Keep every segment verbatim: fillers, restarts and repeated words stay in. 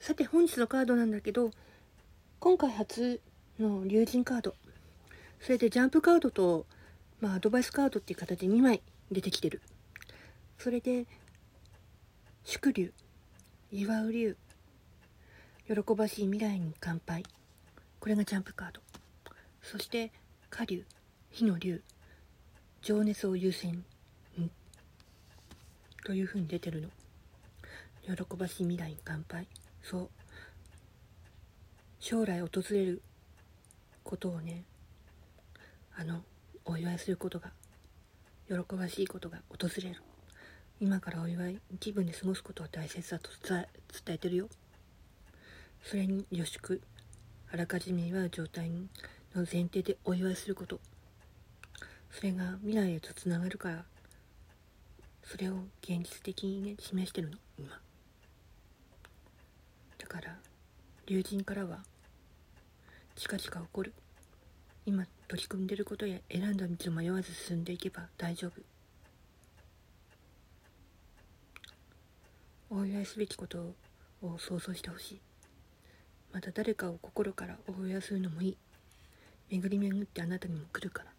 さて本日のカードなんだけど、今回初の龍神カード、それでジャンプカードと、まあ、アドバイスカードっていう形でにまい出てきてる。それで祝龍、祝う龍、喜ばしい未来に乾杯、これがジャンプカード。そして火龍、火の龍、情熱を優先、うん、という風に出てるの。喜ばしい未来に乾杯。そう、将来訪れることをね、あのお祝いすることが、喜ばしいことが訪れる。今からお祝い気分で過ごすことは大切だと伝え、伝えてるよ。それに予祝、あらかじめ祝う状態の前提でお祝いすること、それが未来へとつながるから、それを現実的にね示してるの今だから。龍神からは近々起こる、今取り組んでることや選んだ道を迷わず進んでいけば大丈夫。お祝いすべきことを想像してほしい。また誰かを心からお祝いするのもいい。巡り巡ってあなたにも来るから。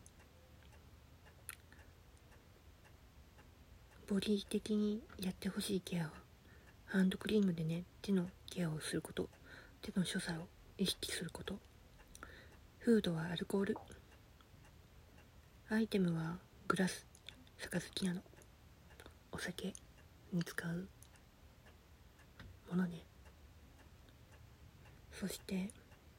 ボディ的にやってほしいケアはハンドクリームでね、手のケアをすること、手の所作を意識すること。フードはアルコール、アイテムはグラス、杯なの、お酒に使うものね。そして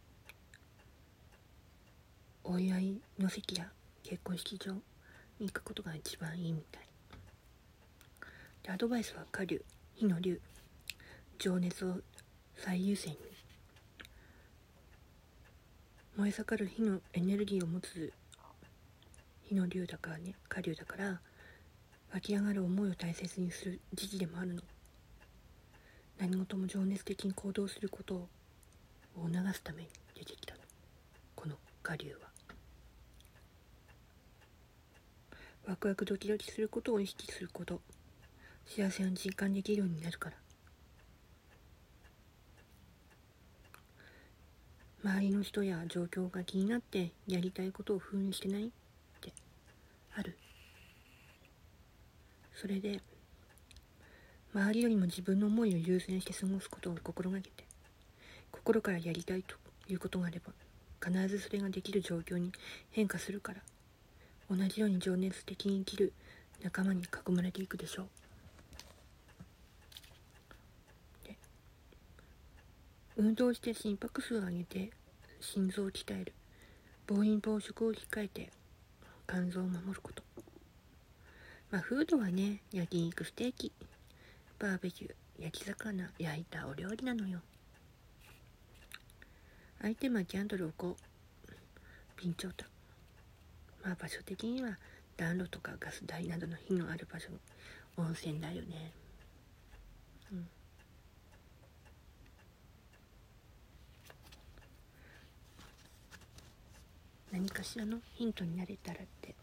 お祝いの席や結婚式場に行くことが一番いいみたいで、アドバイスは火龍、火の龍、情熱を最優先に、燃え盛る火のエネルギーを持つ火の龍だからね、火龍だから湧き上がる思いを大切にする時期でもあるの。何事も情熱的に行動することを促すために出てきたの、この火龍は。ワクワクドキドキすることを意識すること、幸せを実感できるようになるから。周りの人や状況が気になってやりたいことを封印してないってある？それで周りよりも自分の思いを優先して過ごすことを心がけて、心からやりたいということがあれば必ずそれができる状況に変化するから、同じように情熱的に生きる仲間に囲まれていくでしょう。で、運動して心拍数を上げて心臓を鍛える、暴飲暴食を控えて肝臓を守ること。まあフードはね、焼肉、ステーキ、バーベキュー、焼き魚、焼いたお料理なのよ。相手はキャンドルをこう備長炭、まあ場所的には暖炉とかガス台などの火のある場所の温泉だよね。うん。何かしらのヒントになれたらって